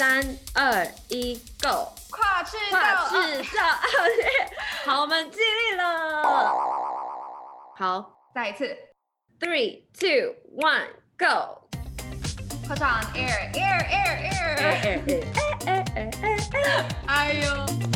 3、2、1 ，Go！ 跨制造奥运，好，我们尽力了。好， 再一次 3、2、1 ，Go！ ，Put on air。哎呦！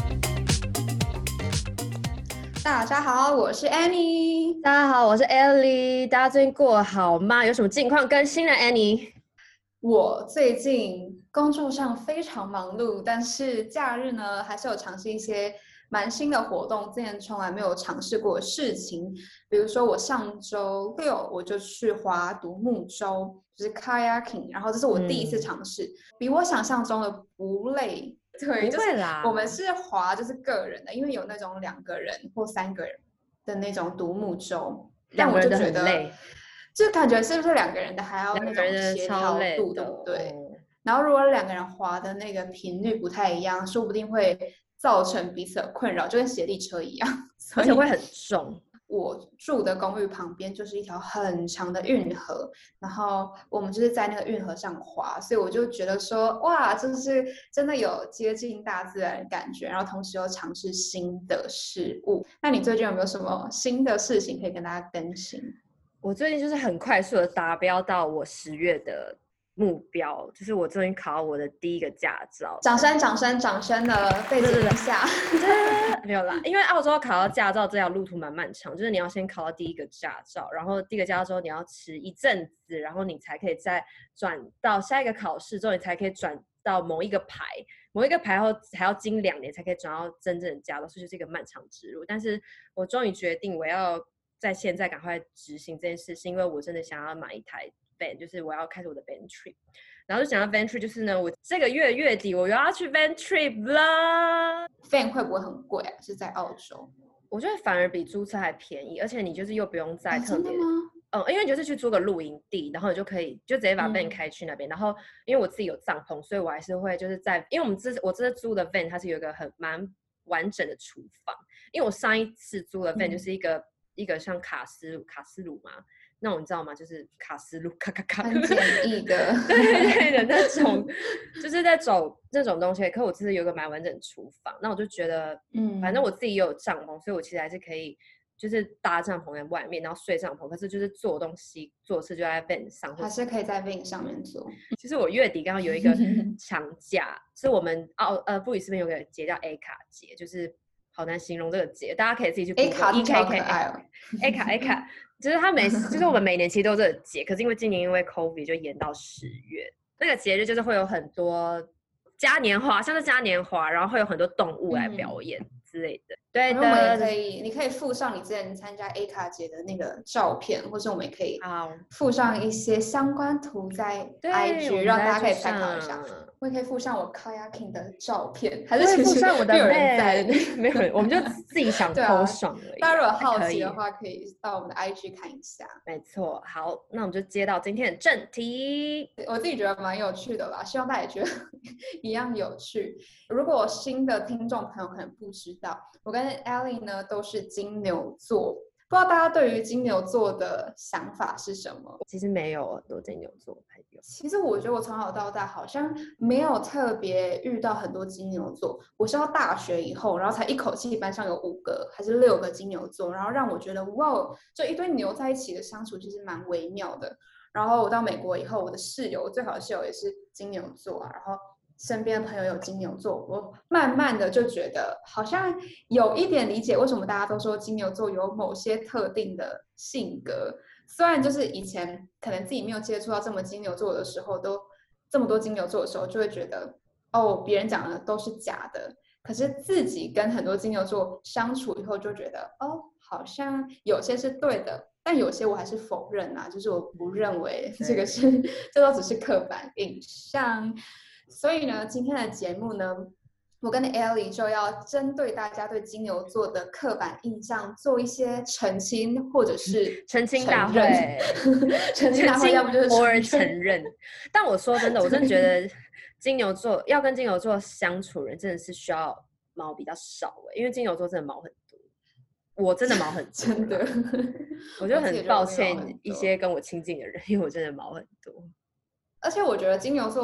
大家好，我是 Annie。 大家好，我是 Ellie。大家最近过得好吗？有什么近况更新呢 ？Annie？ 我最近工作上非常忙碌，但是假日呢，还是有尝试一些蛮新的活动，之前从来没有尝试过的事情。比如说，我上周六我就去划独木舟，就是 kayaking， 然后这是我第一次尝试，比我想象中的不累。对， 不会啦， 就是我们是划就是个人的，因为有那种2个人或3个人的那种独木舟，但我就觉得就感觉是不是2个人的还要那种协调度，对不对？然后如果2个人划的那个频率不太一样，说不定会造成彼此的困扰，就跟协力车一样， 而且会很重。 我住的公寓旁边就是一条很长的运河，然后我们就是在那个运河上滑，所以我就觉得说，哇，就是真的有接近大自然的感觉，然后同时又尝试新的事物。那你最近有没有什么新的事情可以跟大家更新？ 我最近就是很快速的达标到我10月的目标，就是我终于考到我的第一个驾照。 掌声的背景一下。 没有啦，因为澳洲考到驾照这条路途蛮漫长，就是你要先考到第一个驾照，然后第一个驾照之后你要持一阵子，然后你才可以再转到下一个考试之后，你才可以转到某一个牌后还要经2年才可以转到真正的驾照，所以就是一个漫长之路。但是我终于决定我要在现在赶快执行这件事，是因为我真的想要买一台 van， 就是我要开始我的 van trip。然后就想到 van trip， 就是呢，我这个月底我又要去 van trip 了。 van 会不会很贵啊？是在澳洲？ 我觉得反而比租车还便宜，而且你就是又不用再特别。 真的吗？ 因为你就是去租个露营地，然后你就可以就直接把 van 开去那边。然后因为我自己有帐篷，所以我还是会就是在，因为我这次租的 van 它是有一个蛮完整的厨房。因为我上一次租的 van 就是一个像卡斯鲁嘛。那种你知道吗？就是卡斯路咔咔咔， 很简易的， 对的那种，就是在走那种东西。可我这次有个蛮完整的厨房，那我就觉得，反正我自己也有帐篷，所以我其实还是可以，就是搭帐篷在外面，然后睡帐篷。可是就是做东西做事就在 van 上， 还是可以在 van 上面做。 其实我月底刚刚有一个长假，是我们布里斯本有个节叫 A 卡节，就是好难形容这个节，大家可以自己去 A 卡 ，EKK 可爱哦。 A 卡，就是它就是我们每年其实都有这个节，可是因为今年因为 COVID 就延到10月。那个节日就是会有很多嘉年华，像是嘉年华，然后会有很多动物来表演之类的。对的， 我们也可以，你可以附上你之前参加 A 卡节的那个照片，或是我们也可以附上一些相关图在 IG， 让大家可以参考一下。我也可以附上我 kayaking 的照片，还是附上我的没有人在， 没有人，我们就自己想偷爽而已。 大家如果好奇的话，可以到我们的 IG 看一下。 没错，好，那我们就接到今天的正题。 我自己觉得蛮有趣的啦，希望大家也觉得一样有趣。如果新的听众朋友可能不知道，我跟 Ellie 呢都是金牛座。不知道大家对于金牛座的想法是什么？ 其实没有很多金牛座朋友。 其实我觉得我从小到大好像没有特别遇到很多金牛座。我是到大学以后，然后才一口气班上有5个还是6个金牛座，然后让我觉得哇，这一堆牛在一起的相处其实蛮微妙的。然后我到美国以后，我的最好的室友也是金牛座啊，然后身边的朋友有金牛座，我慢慢的就觉得好像有一点理解为什么大家都说金牛座有某些特定的性格。虽然就是以前可能自己没有接触到这么金牛座的时候，都这么多金牛座的时候，就会觉得哦，别人讲的都是假的。可是自己跟很多金牛座相处以后，就觉得哦，好像有些是对的，但有些我还是否认啊，就是我不认为这都只是刻板印象。所以呢，今天的节目呢，我跟 Ellie 就要针对大家对金牛座的刻板印象做一些澄清，或者是澄清大会。 澄清大会要不就是偶尔承认。但我说真的，我真的觉得金牛座要跟金牛座相处人真的是需要毛比较少因为金牛座真的毛很多。我真的毛很多， 真的， 我就很抱歉一些跟我亲近的人，因为我真的毛很多。 而且我觉得金牛座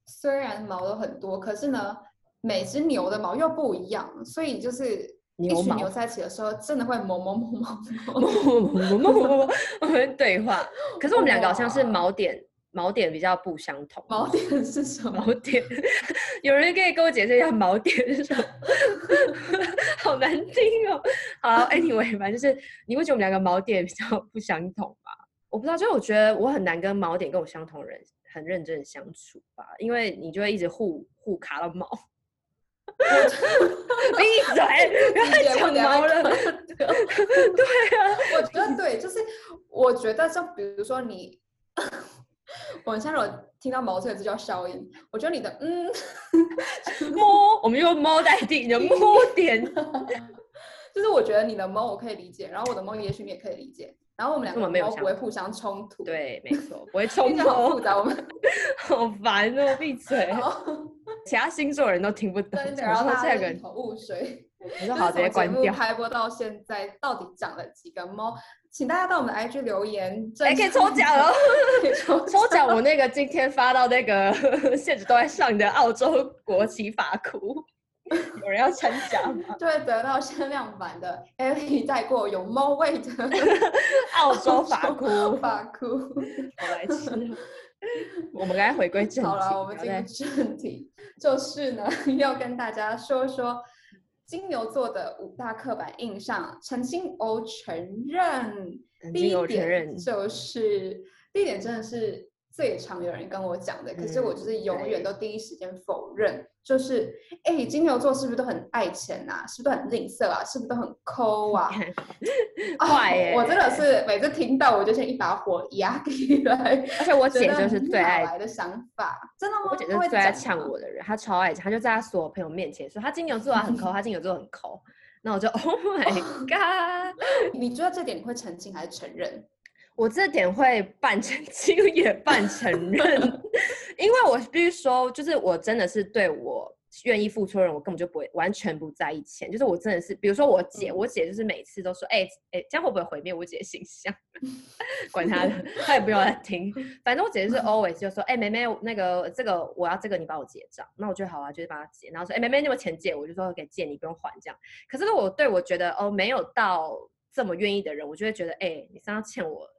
虽然毛都很多，可是呢，每只牛的毛又不一样，所以就是一群牛在一起的时候，真的会哞哞哞哞哞， 我们对话。可是我们两个好像是锚点比较不相同。 锚点是什么？ 锚点，有人可以跟我解释一下锚点是什么？好难听哦。好 ，anyway， 反正就是你会觉得我们两个锚点比较不相同吧？我不知道，就是我觉得我很难跟锚点跟我相同的人很认真的相处吧，因为你就会一直互卡到毛。闭嘴！不要讲毛了。对啊， 我觉得对，就是我觉得像比如说你，我们现在如果听到毛这个字就要消音，我觉得你的摸，我们用摸代替你的摸点。 就是我觉得你的猫我可以理解，然后我的猫也许你也可以理解，然后我们两个猫不会互相冲突。 对，没错，不会冲突。 好复杂，我们好烦哦！闭嘴。其他星座人都听不懂。 对，然后大家一头雾水。 我说好，直接关掉。 开播到现在，到底长了几个猫？请大家到我们的 IG 留言。 可以抽奖哦！抽奖，我那个今天发到那个现实都在上的澳洲国旗法箍。有人要参加吗？ 就会得到限量版的 Ellie 带过有猫味的澳洲法箍。 我来吃。我们刚才回归正题。 好了，我们进入正题，就是呢，要跟大家说说金牛座的5大刻板印象。陈金欧承认，第一点真的是最常有人跟我讲的，可是我就是永远都第一时间否认，就是金牛座是不是都很爱钱啊？是不是都很吝啬啊？是不是都很抠啊？我真的是每次听到我就先一把火压起来。 而且我姐就是最爱来的想法，真的吗？ 我姐就是最爱呛我的人，她超爱讲，她就在她所有朋友面前说她金牛座很抠，她金牛座很抠。那我就 Oh my god！ 你觉得这点你会澄清还是承认？ 我这点会半澄清也半承认，因为我必须说，就是我真的是对我愿意付出的人，我根本就不会完全不在意钱。就是我真的是，比如说我姐就是每次都说，这样会不会毁灭我姐的形象？管她的，她也不用来听。反正我姐就是 always 就说，妹妹那个这个我要这个你帮我结账，那我就好啊，就是帮她结。然后说，妹妹那个钱借我，就说给借你不用还这样。可是我觉得没有到这么愿意的人，我就会觉得，你上次欠我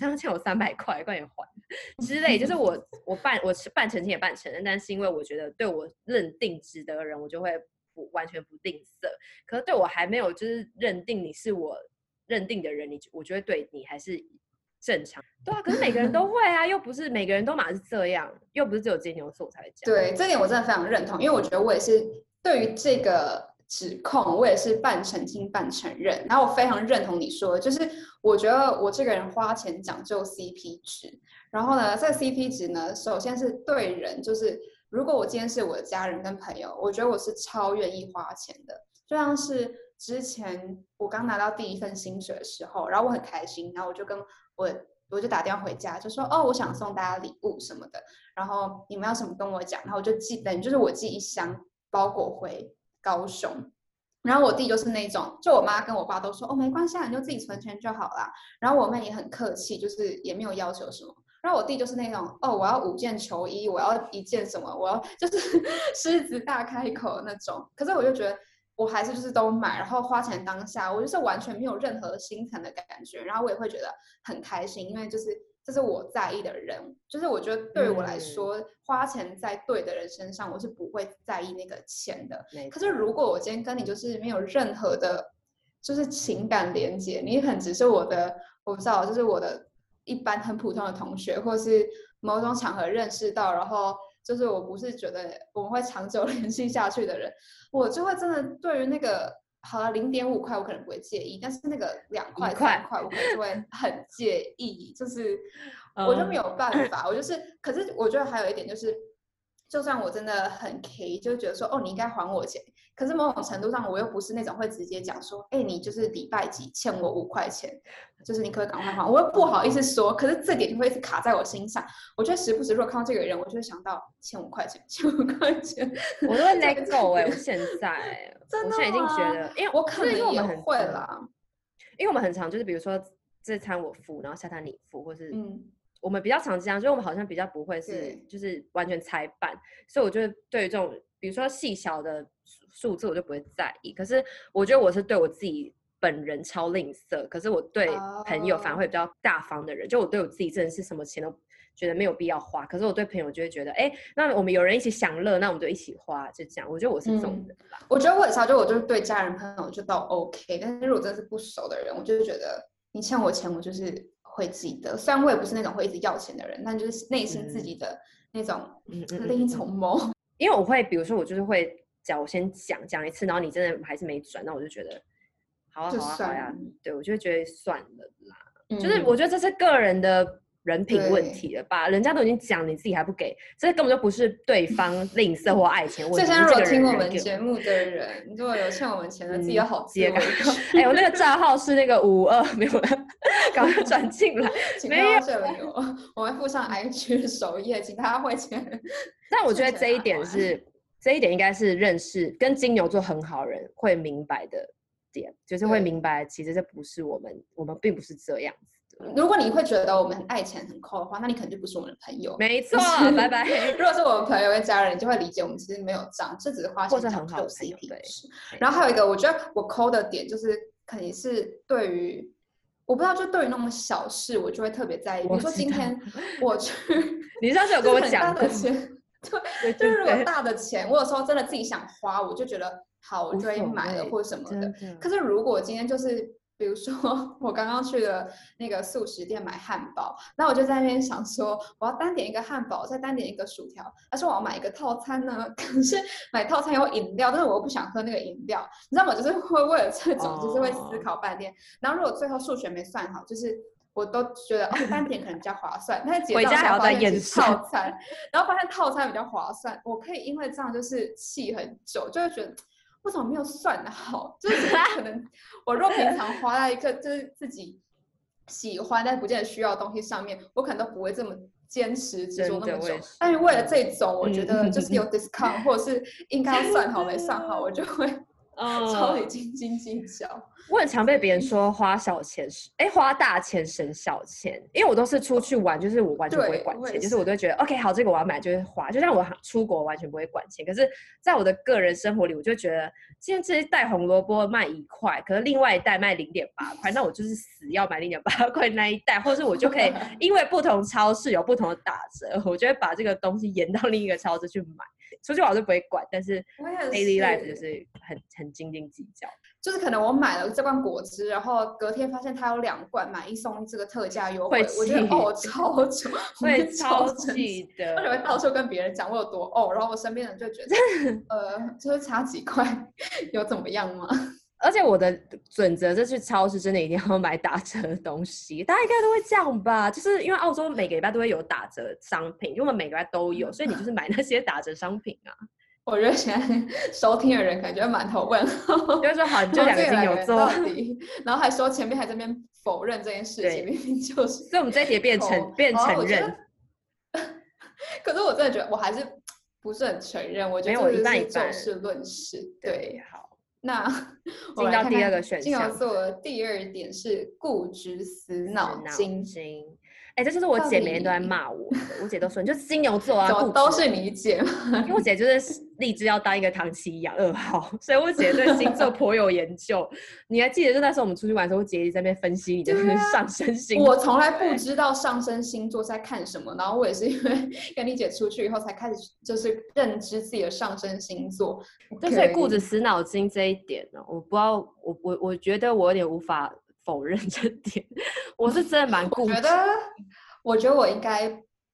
300块，快点还之类。就是我半澄清也半承认，但是因为我觉得对我认定值得的人，我就会完全不吝啬。可是对我还没有就是认定你是我认定的人，我就会对你还是正常。对啊，可是每个人都会啊，又不是每个人都嘛是这样，又不是只有金牛座才会这样。 对，这点我真的非常认同，因为我觉得我也是对于这个指控，我也是半澄清半承认。然后我非常认同你说的，就是我觉得我这个人花钱讲究 CP 值。然后呢，这个 CP 值呢，首先是对人，就是如果我今天是我的家人跟朋友，我觉得我是超愿意花钱的。就像是之前我刚拿到第1份薪水的时候，然后我很开心，然后我就打电话回家，就说我想送大家礼物什么的，然后你们要什么跟我讲，然后我就等于就是我寄1箱包裹回高雄。然后我弟就是那种，就我妈跟我爸都说没关系啊，你就自己存钱就好啦。然后我妹也很客气，就是也没有要求什么。然后我弟就是那种我要5件球衣，我要1件什么，我要就是狮子大开口的那种。可是我就觉得我还是就是都买，然后花钱当下，我就是完全没有任何心疼的感觉。然后我也会觉得很开心，因为这是我在意的人，就是我觉得对我来说，花钱在对的人身上，我是不会在意那个钱的。可是如果我今天跟你就是没有任何的，就是情感连接，你很只是我不知道，就是我的一般很普通的同学，或是某种场合认识到，然后就是我不是觉得我们会长久联系下去的人，我就会真的对于那个。好了，0.5块我可能不会介意，但是那个2块、3块我可能就会很介意，就是我就没有办法，我就是，可是我觉得还有一点就是，就算我真的很 K， 就觉得说你应该还我钱，可是某种程度上我又不是那种会直接讲说，你就是礼拜几欠我5块钱，就是你可不可以赶快还我，又不好意思说，可是这点就会一直卡在我心上。我觉得时不时如果看到这个人，我就会想到欠5块钱， 我都会 let go 我现在。 真的我现在已经觉得，因为我可能也会啦， 因为我们很常就是比如说这餐我付，然后下餐你付，或是我们比较常这样，就是我们好像比较不会是就是完全拆半，所以我就对于这种比如说细小的数字我就不会在意。可是我觉得我是对我自己本人超吝啬，可是我对朋友反而会比较大方的人。就我对我自己真的是什么钱都觉得没有必要花，可是我对朋友就会觉得，那我们有人一起享乐，那我们就一起花，就这样。我觉得我是这种人啦。 我觉得我也是，就我就是对家人朋友就都 OK， 但是如果真的是不熟的人，我就觉得你欠我钱，我就是会记得。虽然我也不是那种会一直要钱的人，但就是内心自己的那种另一种梦。 因为我会，比如说我就是会我先讲一次，然后你真的还是没转，那我就觉得好呀，对，我就会觉得算了啦。就是我觉得这是个人的人品问题了吧？人家都已经讲，你自己还不给，这根本就不是对方吝啬或爱钱问题。 所以现在如果听我们节目的人，如果有欠我们钱的，自己要好自为之。 我那个账号是那个52，没有了，赶快转进来。 没有，这里有，我会附上 IG 首页，请大家汇钱。 但我觉得这一点应该是认识跟金牛座很好的人会明白的点，就是会明白其实这不是我们并不是这样子。 如果你会觉得我们很爱钱很抠的话，那你可能就不是我们的朋友。 没错，拜拜。 如果是我们朋友跟家人，你就会理解我们其实没有账，这只是花钱讲究 CP 值。然后还有一个，我觉得我抠的点就是肯定是对于我不知道，就对于那种小事，我就会特别在意。比如说今天我去， 你上次有跟我讲的钱，对，就是如果大的钱，我有时候真的自己想花，我就觉得好，我就会买了或者什么的。可是如果今天就是比如说我刚刚去了那个速食店买汉堡，那我就在那边想说我要单点一个汉堡，再单点一个薯条，还是我要买一个套餐呢？可是买套餐有饮料，但是我又不想喝那个饮料，你知道吗？就是会为了这种就是会思考半天。然后如果最后数学没算好，就是我都觉得单点可能比较划算，但是结账才发现是套餐，然后发现套餐比较划算，我可以因为这样就是气很久，就会觉得为什么没有算好？就是可能我若平常花在一个就是自己喜欢但不见得需要的东西上面，我可能都不会这么坚持执着那么久。但是为了这种，我觉得就是有 discount 或者是应该要算好没算好，我就会超级斤斤计较。 我很常被别人说花大钱省小钱，因为我都是出去玩，就是我完全不会管钱，就是我都会觉得 OK 好，这个我要买就是花，就像我出国完全不会管钱。可是在我的个人生活里，我就觉得今天这一袋红萝卜卖1块，可是另外一袋卖0.8块，那我就是死要买0.8块那一袋，或是我就可以因为不同超市有不同的打折，我就会把这个东西延到另一个超市去买。出去玩我就不会管，但是 daily life 就是很斤斤计较。 就是可能我买了这罐果汁，然后隔天发现它有2罐买1送1这个特价优惠，我觉得超久， 会超气的， 而且会到处跟别人讲我有多然后我身边人就觉得就是差几块有怎么样吗？ 而且我的准则是去超市真的一定要买打折的东西，大家应该都会这样吧？就是因为澳洲每个礼拜都会有打折商品，因为我们每个礼拜都有，所以你就是买那些打折商品啊。 我觉得现在收听的人感觉满头问号， 就是说好，你就2个金牛座， 然后还说前面还在那边否认这件事情，明明就是， 所以我们这一题变承认。 可是我真的觉得我还是不是很承认，我觉得这是就事论事。对，好。那进到第2个选项， 金牛座的第2点是固执死脑筋。 这就是我姐每天都在骂我的，我姐都说你就是金牛座啊， 都是你姐吗？ 因为我姐就是立志要当一个唐奇阳2号，所以我姐对星座颇有研究。你还记得就那时候我们出去玩的时候，我姐一直在那边分析你的上升星座。 我从来不知道上升星座在看什么，然后我也是因为跟你姐出去以后才开始就是认知自己的上升星座。 所以固执死脑筋这一点呢，我不知道，我觉得我有点无法否认这点，我是真的蛮固执。 我觉得我应该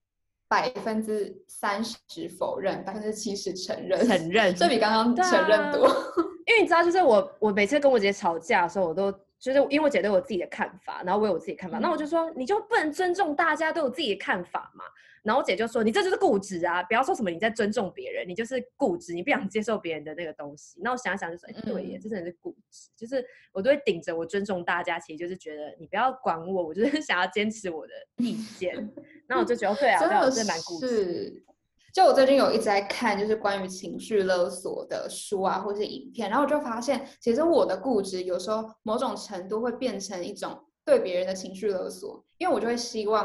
30%否认，70%承认，这比刚刚承认多。 因为你知道，就是我每次跟我姐吵架的时候，我都就是因为我姐都有自己的看法，然后我有我自己的看法，那我就说你就不能尊重大家都有自己的看法嘛？然后我姐就说你这就是固执啊，不要说什么你在尊重别人，你就是固执，你不想接受别人的那个东西。那我想想就说，对耶，这真的是固执，就是我都会顶着我尊重大家，其实就是觉得你不要管我就是想要坚持我的意见。那我就觉得对啊，我真的蛮固执。 就我最近有一直在看就是关于情绪勒索的书啊或是影片，然后我就发现其实我的固执有时候某种程度会变成一种对别人的情绪勒索，因为我就会希望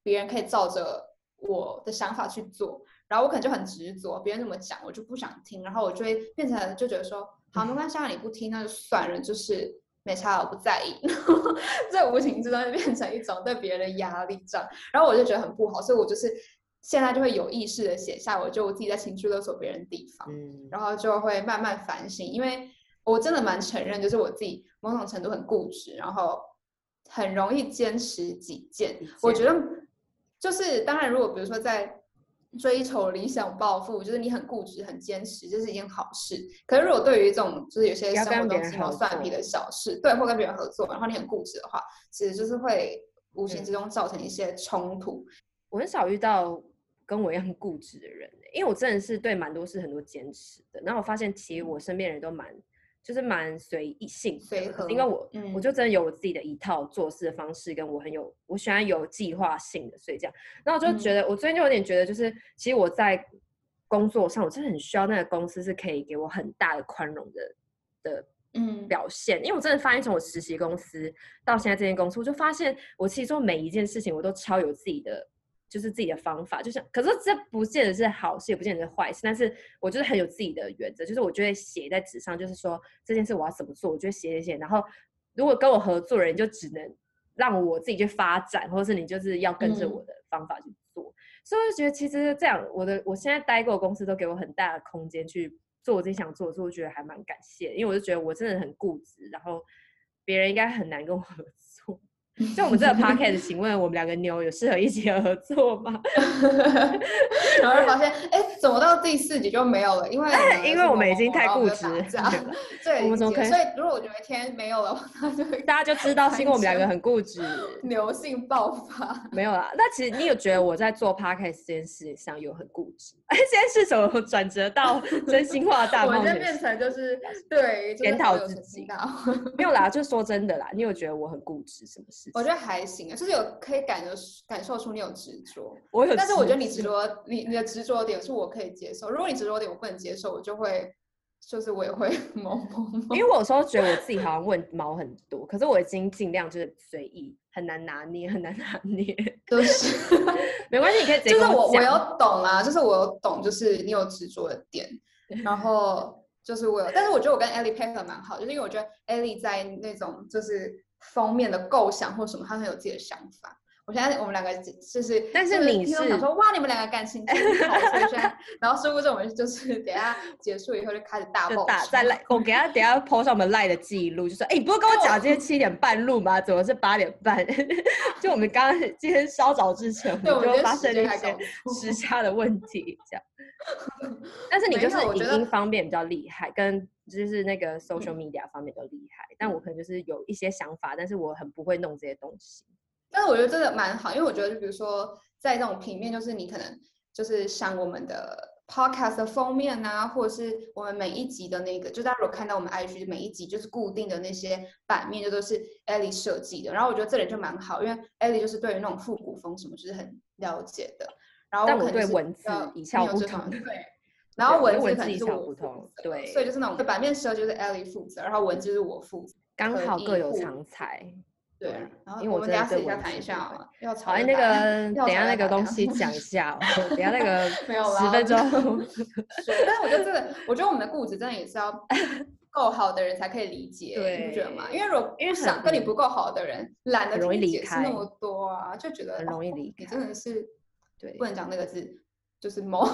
别人可以照着我的想法去做，然后我可能就很执着，别人怎么讲我就不想听，然后我就会变成就觉得说，好，没关系，你不听那就算了，就是没差，我不在意。这无形之中就变成一种对别人的压力这样，然后我就觉得很不好，所以我就是现在就会有意识的写下，我自己在情绪勒索别人的地方，然后就会慢慢反省，因为我真的蛮承认，就是我自己某种程度很固执，然后很容易坚持己见。我觉得就是当然，如果比如说在追求理想抱负，就是你很固执、很坚持，这是一件好事。可是如果对于这种就是有些生活中鸡毛蒜皮的小事，对，或跟别人合作，然后你很固执的话，其实就是会无形之中造成一些冲突。 我很少遇到跟我一样固执的人，因为我真的是对蛮多事很多坚持的。然后我发现其实我身边人都蛮随性的，因为我就真的有我自己的一套做事的方式，跟我喜欢有计划性的，所以这样。然后我就觉得，我最近就有点觉得，就是其实我在工作上，我真的很需要那个公司是可以给我很大的宽容的表现，因为我真的发现从我实习公司到现在这间公司，我就发现我其实做每一件事情我都超有自己的。就是自己的方法，可是这不见得是好事，也不见得是坏事，但是我就是很有自己的原则，就是我就会写在纸上，就是说这件事我要怎么做，我就会写，然后如果跟我合作的人就只能让我自己去发展，或者是你就是要跟着我的方法去做，所以我就觉得其实这样，我现在待过的公司都给我很大的空间去做我自己想做的，所以我觉得还蛮感谢的，因为我就觉得我真的很固执，然后别人应该很难跟我合作。就我们这个 podcast 请问我们两个妞有适合一起合作吗？ 然后就发现怎么到第4集就没有了，因为我们已经太固执了。 对， 我们怎么可以？ 所以如果我有一天没有了， 大家就知道是因为我们两个很固执， 牛性爆发。 没有啦，那其实你有觉得我在做 podcast 这件事上有很固执？现在是什么转折到真心话大冒险？ 我现在变成就是对检讨自己，没有啦，就说真的啦，你有觉得我很固执什么事情？ 我觉得还行啊，就是可以感受出你有执着， 我有， 但是我觉得你的执着点是我可以接受，如果你执着点我不能接受，我也会懵。 因为我有时候觉得我自己好像问毛很多，可是我已经尽量就是随意，很难拿捏。 就是没关系，你可以直接跟我讲。就是我有懂啊，就是我有懂，就是你有执着的点，然后就是但是我觉得我跟 Ellie 配合蛮好，就是因为我觉得 Ellie 在那种就是封面的构想或什么，她很有自己的想法。我们两个就是， 但是你是想说哇，你们两个感情真好，所以现在，然后殊不知我们就是等一下结束以后就开始大爆在赖，我给他等一下 po 上我们赖的记录，就说你不是跟我讲今天7点半录吗？怎么是8点半？就我们今天稍早之前，我们就发生了一些时差的问题，这样。但是你就是影音方面比较厉害，跟就是那个 social media 方面都厉害，但我可能就是有一些想法，但是我很不会弄这些东西。 但是我觉得真的蛮好，因为我觉得就比如说在这种平面，就是你可能就是像我们的 podcast 的封面啊，或者是我们每一集的那个，就大家如果看到我们 IG 每一集就是固定的那些版面，就都是 Ellie 设计的。然后我觉得这点就蛮好，因为 Ellie 就是对于那种复古风什么就是很了解的。然后但我对文字一窍不通， 对。然后文字可能一窍不通，对， 所以就是那种版面设计就是 Ellie 负责，然后文字就是我负责， 刚好各有长才。 对，然后因为我们等下私底下谈一下啊，要吵。 那个等一下那个东西讲一下，等一下那个没有啦 10分钟。 但是我觉得我觉得我们的固执真的也是要够好的人才可以理解，你不觉得吗？因为如果想跟你不够好的人，懒得听解释那么多啊，就觉得很容易离开。 你真的是对， 不能讲那个字。就是猫，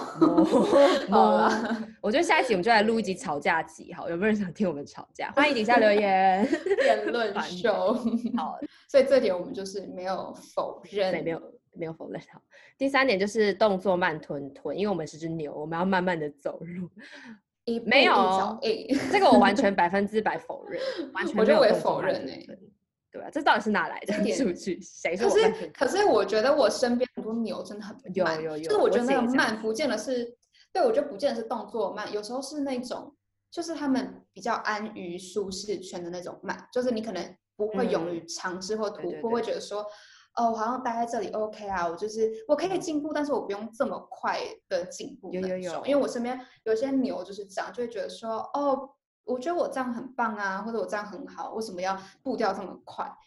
我觉得下一集我们就来录一集吵架集，好，有没有人想听我们吵架？欢迎底下留言。 辩论秀，好，所以这点我们就是没有否认， 没有否认。好，第3点就是动作慢吞吞，因为我们是只牛，我们要慢慢的走路。没有，这个我完全100%否认，完全没有动作慢吞吞。对啊，这到底是哪来的数据？谁说？ 可是我觉得我身边很多牛真的很慢， 有， 就是我觉得那个慢不见得是，对，我觉得不见得是动作慢，有时候是那种，就是他们比较安于舒适圈的那种慢，就是你可能不会勇于尝试或突破，会觉得说，我好像待在这里 OK 啊，我可以进步，但是我不用这么快的进步那种，因为我身边有些牛就是这样，就会觉得说，我觉得我这样很棒啊，或者我这样很好，为什么要步调这么快？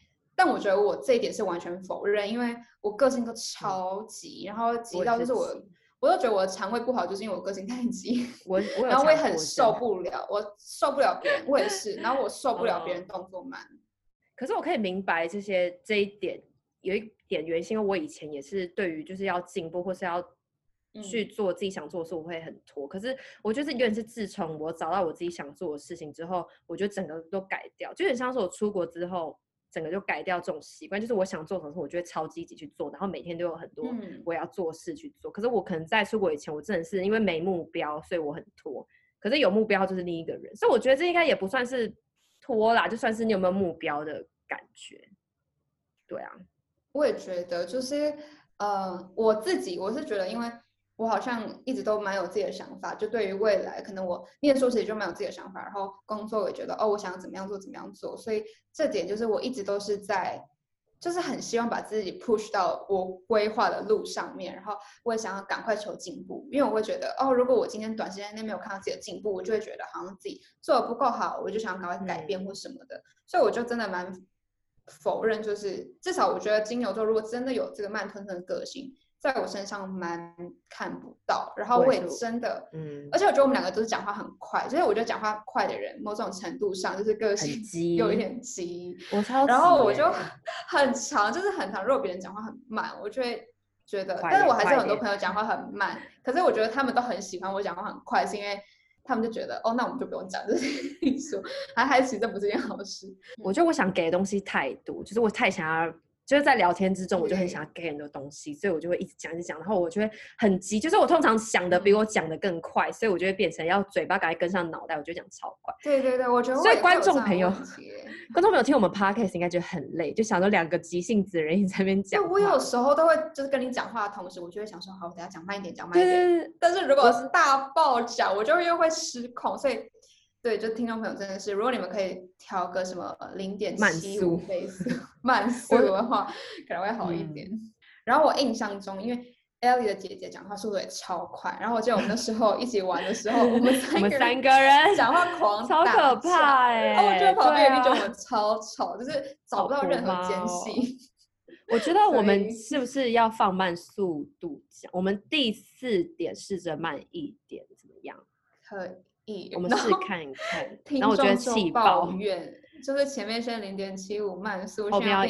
但我觉得我这一点是完全否认，因为我个性都超急，然后急到就是我都觉得我的肠胃不好，就是因为我个性太急。 我有然后我也很强迫症受不了，我受不了别人，我也是，然后我受不了别人动作慢。 可是我可以明白这一点，有一点原因，因为我以前也是对于就是要进步或是要去做自己想做的事，我会很拖。可是我觉得有点是自从我找到我自己想做的事情之后，我觉得整个都改掉，就很像是我出国之后，整个就改掉这种习惯，就是我想做什么事，我就会超积极去做，然后每天都有很多我要做事去做。可是我可能在出国以前，我真的是因为没目标，所以我很拖。可是有目标就是另一个人，所以我觉得这应该也不算是拖啦，就算是你有没有目标的感觉。对啊， 我也觉得，就是我是觉得，因为我好像一直都蛮有自己的想法，就对于未来，可能我念书时就蛮有自己的想法，然后工作也觉得我想怎么样做怎么样做，所以这点就是我一直都是就是很希望把自己 push 到我规划的路上面，然后我也想要赶快求进步，因为我会觉得如果我今天短时间内没有看到自己的进步，我就会觉得好像自己做的不够好，我就想要赶快改变或什么的，所以我就真的蛮否认，就是至少我觉得金牛座如果真的有这个慢吞吞的个性，在我身上蛮看不到，然后我也真的，而且我觉得我们两个都是讲话很快，就是我觉得讲话快的人，某种程度上就是个性有一点急， 我超急， 然后我就很长，就是很长。如果别人讲话很慢，我就会觉得，但是我还是有很多朋友讲话很慢，可是我觉得他们都很喜欢我讲话很快，是因为他们就觉得那我们就不用讲这些艺术，还其实这不是件好事。 我觉得我想给的东西太多，就是我太想要。就是在聊天之中，我就很想要给很多东西，所以我就会一直讲，然后我就会很急，就是我通常想的比我讲的更快，所以我就会变成要嘴巴赶快跟上脑袋，我就讲超快。 对对对，我觉得所以观众朋友听我们 podcast 应该觉得很累，就想说两个急性子的人一直在那边讲。 我有时候都会就是跟你讲话的同时，我就会想说，好，我等下讲慢一点，讲慢一点。但是如果是大爆讲，我就又会失控，所以。对，就听众朋友真的是，如果你们可以调个什么0.75倍速慢速的话，可能会好一点。然后我印象中，因为 Ellie 的姐姐讲话速度也超快，然后我记得我们那时候一起玩的时候，我们三个人讲话狂超可怕然后我觉得旁边一定觉得我们超吵，就是找不到任何间隙。 我觉得我们是不是要放慢速度讲？我们第4点试着慢一点，怎么样？ 可以。 我们试看一看， 然后我觉得气爆， 就是前面先0.75慢速， 后面要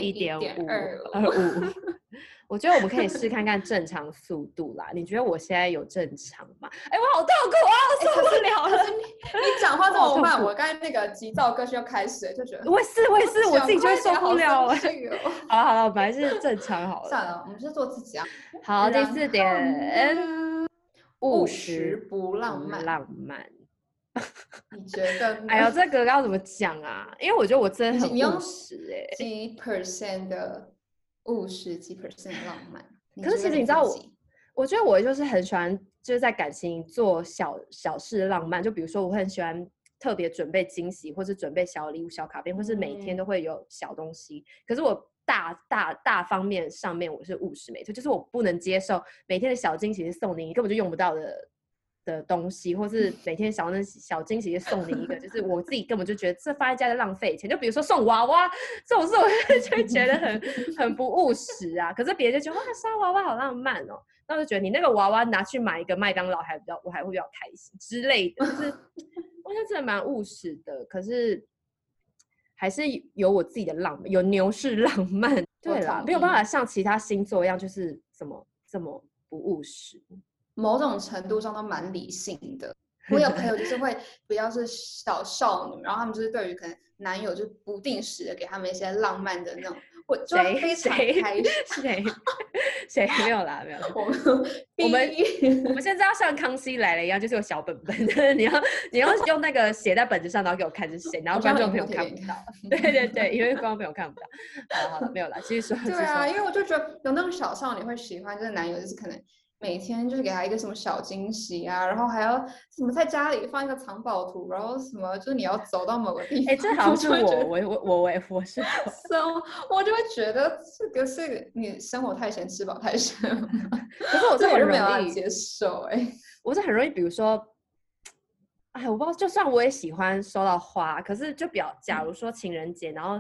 1.25。我觉得我们可以试看看正常速度啦。你觉得我现在有正常吗？我好痛苦啊，我受不了了。 你讲话这么慢，我刚才那个急躁歌就开始了，就觉得我也是，我自己就会受不了。好了，我本来是正常好了。 算了，我们就是做自己啊。 好，第4点， 务实不浪漫。你觉得呢？ 哎呦，这个要怎么讲啊？因为我觉得我真的很务实几 % 的务实，几 % 的浪漫。 可是其实你知道我觉得我就是很喜欢，就是在感情做小事浪漫。就比如说，我很喜欢特别准备惊喜，或是准备小礼物、小卡片，或是每天都会有小东西。可是我大方面上面我是务实没错，就是我不能接受每天的小惊喜是送你根本就用不到的东西，或是每天小惊喜送你一个，就是我自己根本就觉得这放在家就浪费钱。就比如说送娃娃这种事，我就会觉得很不务实啊。可是别人就觉得哇，刷娃娃好浪漫哦，那我就觉得你那个娃娃拿去买一个麦当劳我还会比较开心之类的。就是我觉得真的蛮务实的，可是还是有我自己的浪漫，有牛式浪漫。对啦，没有办法像其他星座一样，就是这么不务实。 某种程度上都蛮理性的。我有朋友就是会比较是小少女，然后他们就是对于可能男友就不定时的给他们一些浪漫的那种，我就会非常开心。 谁没有啦？我们现在要像康熙来了一样，就是有小本本的，你要用那个写在本子上，然后给我看是谁，然后观众朋友看不到。对，因为观众朋友看不到。好了，没有啦，其实说。 对啊，因为我就觉得有那种小少女会喜欢，就是男友就是可能。每天就是给他一个什么小惊喜啊，然后还要什么在家里放一个藏宝图，然后什么就是你要走到某个地方， 这好像是我是我就会觉得这个是你生活太闲，吃饱太闲了。 可是我是很容易没有办法接受我是很容易，比如说，我不知道，就算我也喜欢收到花，可是就假如说情人节，然后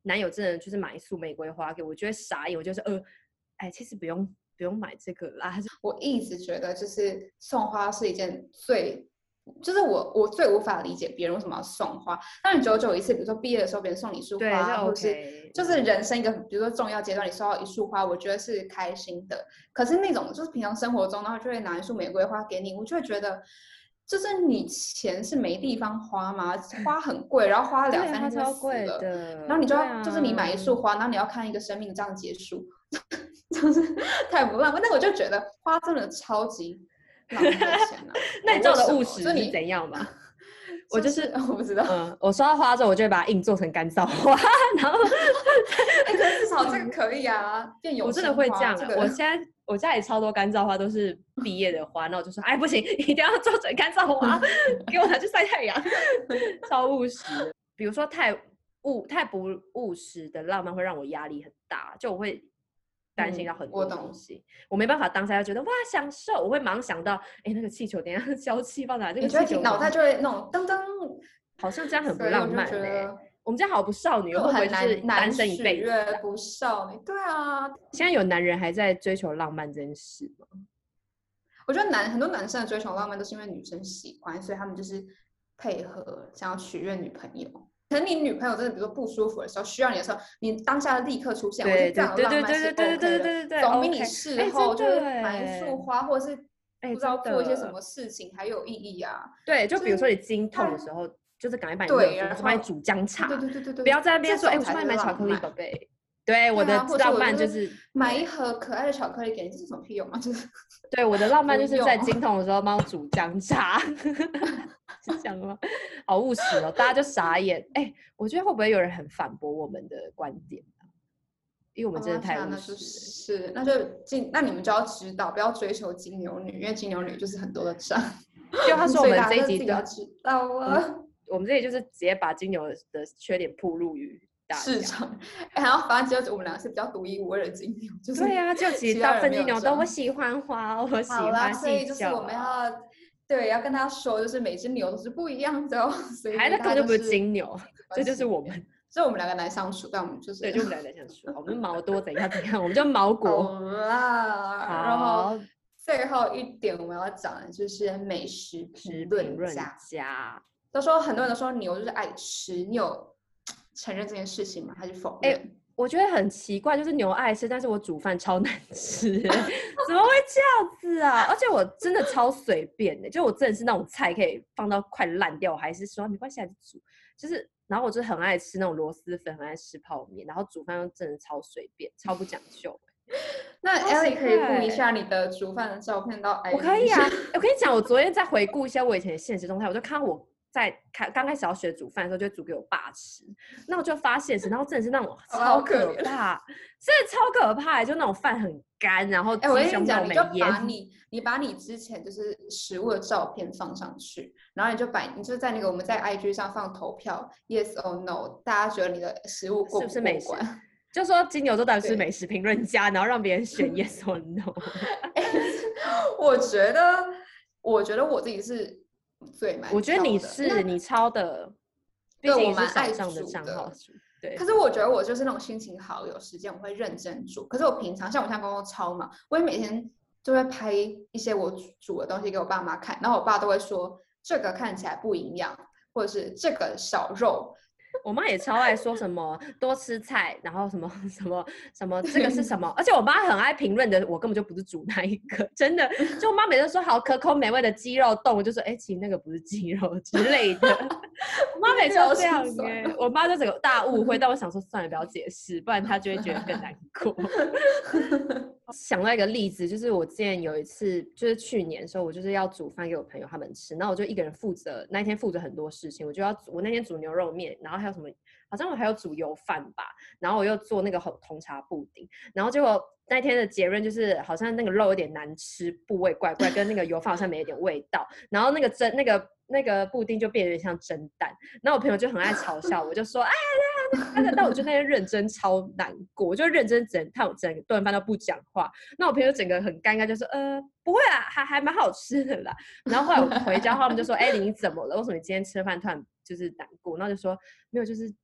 男友真的就是买一束玫瑰花给我，就会傻眼，我就是哎，其实不用买这个啦。 我一直觉得就是送花是一件就是我最无法理解别人为什么要送花。当然久久一次，比如说毕业的时候别人送你一束花，或者是就是人生一个比如说重要阶段你收到一束花，我觉得是开心的。可是那种就是平常生活中，然后就会拿一束玫瑰花给你，我就会觉得。就是你钱是没地方花吗？花很贵，然后花2-3天就死了，然后你就要、就是你买一束花，然后你要看一个生命这样结束，就是太不浪费。但我就觉得花真的超级浪费钱啊！ 那你知道我的务实是怎样吗？我就是我不知道， 我收到花之后，我就会把它硬做成干燥花，然后， 可是至少这个可以啊，变有。 我真的会这样啊！我家里超多干燥花都是毕业的花，那我就说，哎，不行，一定要做成干燥花，给我拿去晒太阳，超务实的。比如说太不务实的浪漫会让我压力很大，就我会担心到很多东西，我没办法当下就觉得哇享受，我会马上想到，哎，那个气球等一下消气放哪？这个气球脑袋就会那种噔噔， 好像这样很不浪漫欸。我们家好不少女，会不会就是单身一辈子？ 不少女，对啊。 现在有男人还在追求浪漫这件事吗？ 我觉得很多男生的追求浪漫都是因为女生喜欢，所以他们就是配合，想要取悦女朋友。可能你女朋友真的比如说不舒服的时候，需要你的时候，你当下立刻出现，我觉得这样的浪漫是 OK 的，总比你事后就是买一束花或者是不知道做一些什么事情还有意义啊。 对，就比如说你经痛的时候，就是赶快把你热敷，帮你煮姜茶，对，不要在那边说，哎，我去帮你买巧克力，宝贝。对，我的浪漫就是买一盒可爱的巧克力给你，这是什么屁用啊？就是对，我的浪漫就是在经痛的时候帮我煮姜茶，是这样吗？好务实哦，大家就傻眼。哎，我觉得会不会有人很反驳我们的观点啊？因为我们真的太务实。 那你们就要知道，不要追求金牛女，因为金牛女就是很多的渣。 就他说我们这一集要知道啊， 我们这里就是直接把金牛的缺点暴露于市场，然后反正只有我们俩是比较独一无二的金牛，就是对啊，就其实大部分金牛都我喜欢花，我喜欢所以就是我们要跟他说，就是每只牛都是不一样的哦。所以那根本就不是金牛，这就是我们， 所以我们两个难相处，但我们就是对，就我们两个难相处，我们毛多怎样，我们就毛国。 好啦，然后最后一点我们要讲的就是美食评论家。都说很多人都说牛就是爱吃，你有承认这件事情吗？还是否认？ 我觉得很奇怪，就是牛爱吃，但是我煮饭超难吃，怎么会这样子啊？而且我真的超随便的，就我真的是那种菜可以放到快烂掉，我还是说没关系还是煮，就是然后我就很爱吃那种螺蛳粉，很爱吃泡面，然后煮饭又真的超随便，超不讲究。 那 Ellie 可以附一下你的煮饭的照片到 IG。 我可以啊，我跟你讲，我昨天在回顾一下我以前的现实动态，我就看到我在刚开始要学煮饭的时候，就煮给我爸吃。那我就发现然后真的是那种超可怕，真的超可怕，就那种饭很干，然后我跟你讲，你把你之前就是食物的照片放上去，然后你就在那个我们在 IG 上放投票 ，yes or no， 大家觉得你的食物过不过美食？就说金牛座到底是美食评论家，然后让别人选 yes or no。 我觉得我自己是最蛮， 我觉得你抄的，毕竟是手上的账号。对， 可是我觉得我就是那种心情好有时间我会认真煮，可是我平常像我现在工作超忙，我也每天就会拍一些我煮的东西给我爸妈看，然后我爸都会说这个看起来不营养，或者是这个少肉。 我妈也超爱说什么多吃菜，然后什么这个是什么，而且我妈很爱评论的，我根本就不是煮那一个，真的，就我妈每次说好可口美味的鸡肉冻，我就说其实那个不是鸡肉之类的。我妈每次都这样我妈就整个大误会，但我想说算了，不要解释，不然她就会觉得更难过。想到一个例子，就是我之前有一次，就是去年的时候，我就是要煮饭给我朋友他们吃，然后我就一个人那一天负责很多事情，我那天煮牛肉面，然后还有什么，好像我还有煮油饭吧，然后我又做那个红茶布丁，然后结果那天的结论就是好像那个肉有点难吃，部位怪怪，跟那个油饭好像没一点味道，然后那个布丁就变得有点像蒸蛋，然后我朋友就很爱嘲笑我，就说哎呀，但我就那天认真超难过，我就认真整顿饭都不讲话，那我朋友整个很尴尬，就说不会啦，还蛮好吃的啦。然后后来我回家，他们就说你怎么了？为什么你今天吃饭突然就是难过？然后就说没有，就是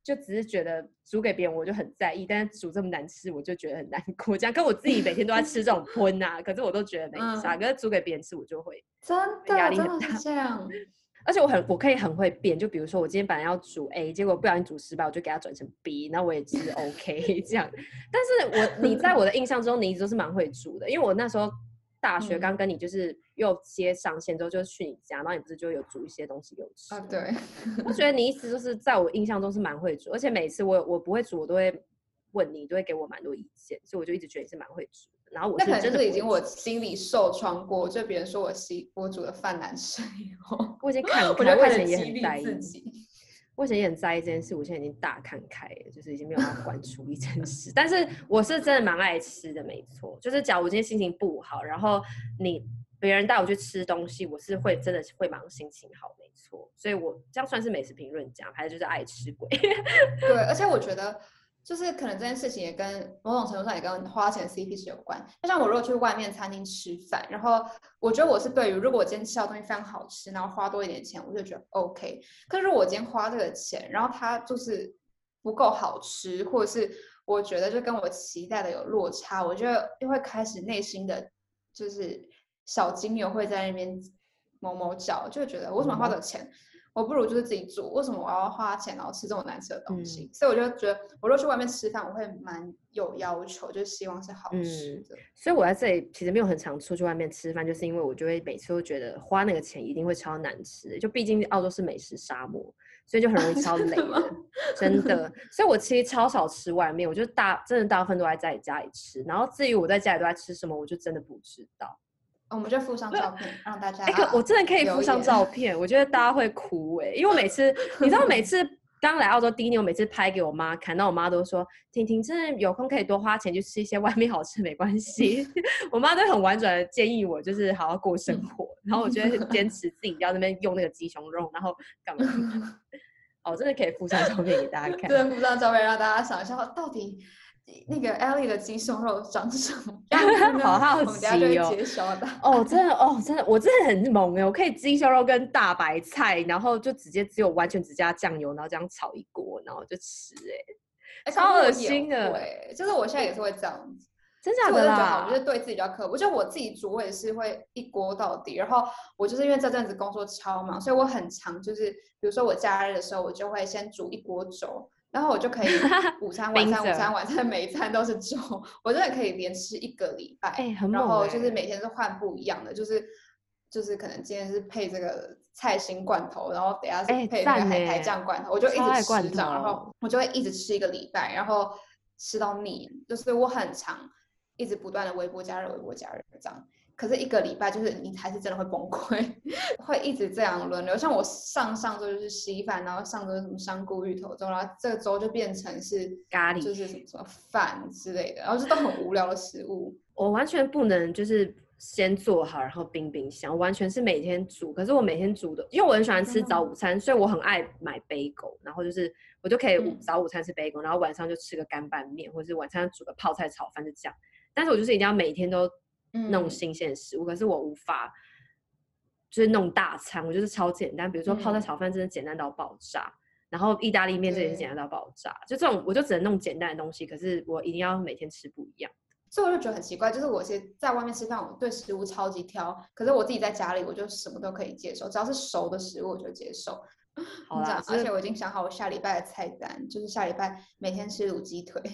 就只是觉得煮给别人我就很在意，但是煮这么难吃我就觉得很难过。这样跟我自己每天都在吃这种荤啊，可是我都觉得没啥。可是煮给别人吃我就会真压力很大。 的是这样。 而且我可以很会变，就比如说我今天本来要煮 A， 结果不小心煮失败，我就给它转成 B， 那我也是 OK 这样。但是你在我的印象中，你一直都是蛮会煮的，因为我那时候大学刚跟你就是又接上线之后，就是去你家，然后你不是就有煮一些东西给我吃啊？对， 我觉得你一直就是在我印象中是蛮会煮，而且每次我不会煮，我都会问你，都会给我蛮多意见，所以我就一直觉得你是蛮会煮的。然后我那可能真的就是已经我心里受创过，就别人说我煮的饭难吃以后， 我已经看我开，我以就为了激前也很在励自意。 己。 我以前也很在意这件事，我现在已经大看开了，就是已经没有要管厨艺这件事。但是我是真的蛮爱吃的，没错。就是假如我今天心情不好，然后别人带我去吃东西，我是会真的会马上心情好，没错。所以我这样算是美食评论家，还是就是爱吃鬼？ 对，而且我觉得就是可能这件事情也跟某种程度上也跟花钱 CP 值有关。就像我如果去外面餐厅吃饭，然后我觉得我是对于如果我今天吃到东西非常好吃，然后花多一点钱，我就觉得 OK。可是如果我今天花这个钱，然后它就是不够好吃，或者是我觉得就跟我期待的有落差，我就会开始内心的就是小金牛会在那边某某叫，就会觉得我为什么花这个钱？我不如就是自己煮，为什么我要花钱然后吃这种难吃的东西？所以我就觉得，我如果去外面吃饭，我会蛮有要求，就希望是好吃的。 所以我在这里其实没有很常出去外面吃饭，就是因为我就会每次都觉得花那个钱一定会超难吃的，就毕竟澳洲是美食沙漠，所以就很容易超累的，真的。所以我其实超少吃外面，我就真的大部分都在自己家里吃。然后至于我在家里都在吃什么，我就真的不知道。 我们就附上照片让大家。 我真的可以附上照片，我觉得大家会哭因为我每次，你知道每次刚来澳洲第一年，我每次拍给我妈看，到我妈都说：“婷婷真的有空可以多花钱去吃一些外面好吃，没关系。”我妈都很婉转的建议我，就是好好过生活。然后我就会坚持自己要那边用那个鸡胸肉，然后干嘛？哦，真的可以附上照片给大家看。 真的附上照片让大家想一下，到底那个 Ellie 的鸡胸肉长什么样？ 好好奇我们等下就会揭晓的。 真的，我真的很猛我可以鸡胸肉跟大白菜，然后就直接完全只加酱油，然后这样炒一锅，然后就吃超恶心的。 就是我现在也是会这样子。 真假的啦？ 我就对自己比较刻薄，就我自己煮，我也是会一锅到底。然后我就是因为这阵子工作超忙，所以我很常就是比如说我假日的时候，我就会先煮一锅粥。然后我就可以午餐、晚餐、晚餐每一餐都是粥，我真的可以连吃1个礼拜。 很猛然后就是每天是换不一样的，就是可能今天是配这个菜心罐头，然后等下是配那个海苔酱罐头，我就一直吃这样，然后我就会一直吃1个礼拜，然后吃到腻。就是我很常一直不断的微波加热这样。可是1个礼拜就是你还是真的会崩溃，会一直这样轮流。像我上周就是稀饭，然后上周什么香菇芋头粥，然后这个周就变成是咖喱， 就是什么饭之类的，然后就都很无聊的食物。 我完全不能就是先做好然后冰箱，我完全是每天煮。可是我每天煮的，因为我很喜欢吃早午餐，所以我很爱买bagel，然后就是我就可以早午餐吃bagel，然后晚上就吃个干拌面，或者是晚上煮个泡菜炒饭，就这样。但是我就是一定要每天都弄新鲜的食物，可是我无法就是弄大餐，我就是超简单。比如说泡菜炒饭真的简单到爆炸，然后意大利面这也是简单到爆炸，就这种我就只能弄简单的东西，可是我一定要每天吃不一样。 所以我就觉得很奇怪，就是我其实在外面吃饭，我对食物超级挑，可是我自己在家里，我就什么都可以接受，只要是熟的食物我就接受。好啦，而且我已经想好我下礼拜的菜单，就是下礼拜每天吃卤鸡腿。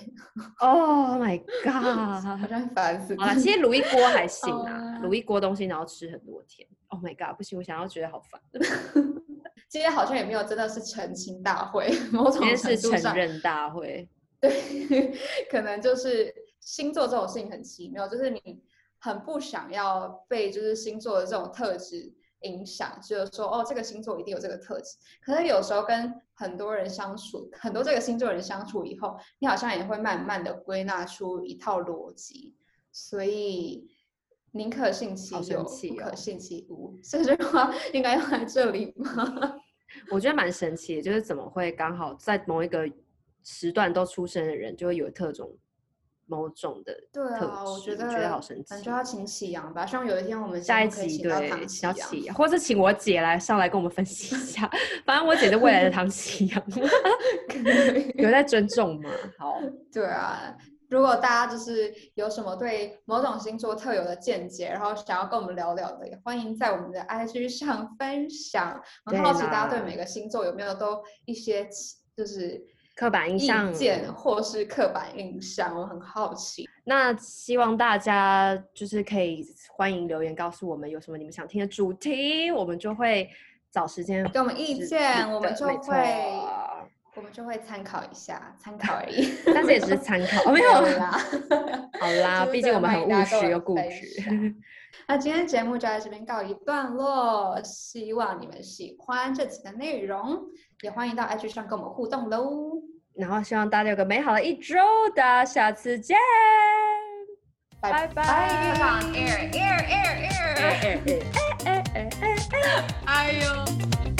Oh my god， 好像烦死。 好啦，其实卤一锅还行啊，卤一锅东西然后吃很多天。Oh my god， 不行，我想要觉得好烦。 今天好像也没有真的是澄清大会，某种程度上今天是承认大会。 对，可能就是星座这种事情很奇妙，就是你很不想要被就是星座的这种特质影响，就是说这个星座一定有这个特质。可是有时候跟很多人相处，很多这个星座人相处以后，你好像也会慢慢的归纳出一套逻辑。所以宁可信其有，不可信其无。这句话应该用在这里吗？ 我觉得蛮神奇的，就是怎么会刚好在某一个时段都出生的人就会有特种某种的对特质。 啊，我觉觉得好神奇。 感觉要请启阳吧，希望有一天我们下一可以集对， 请到唐请到启启阳，或者请我姐上来跟我们分析一下。反正我姐是未来的唐启阳，有在尊重吗？好， 对啊。如果大家就是有什么对某种星座特有的见解，然后想要跟我们聊聊的，也欢迎在我们的 IG 上分享。很好奇大家对每个星座有没有都一些就是刻板印象意见或是刻板印象，我很好奇。 那希望大家就是可以欢迎留言告诉我们有什么你们想听的主题，我们就会找时间给我们意见，我们就会参考一下，参考而已。 但是也只是参考，没有啦。 好啦，毕竟我们很务实又固执。 那今天节目就在这边告一段落，希望你们喜欢这期的内容，也欢迎到 IG 上跟我们互动喽。 然后希望大家有个美好的一周，大家下次见，拜拜。 哎呦。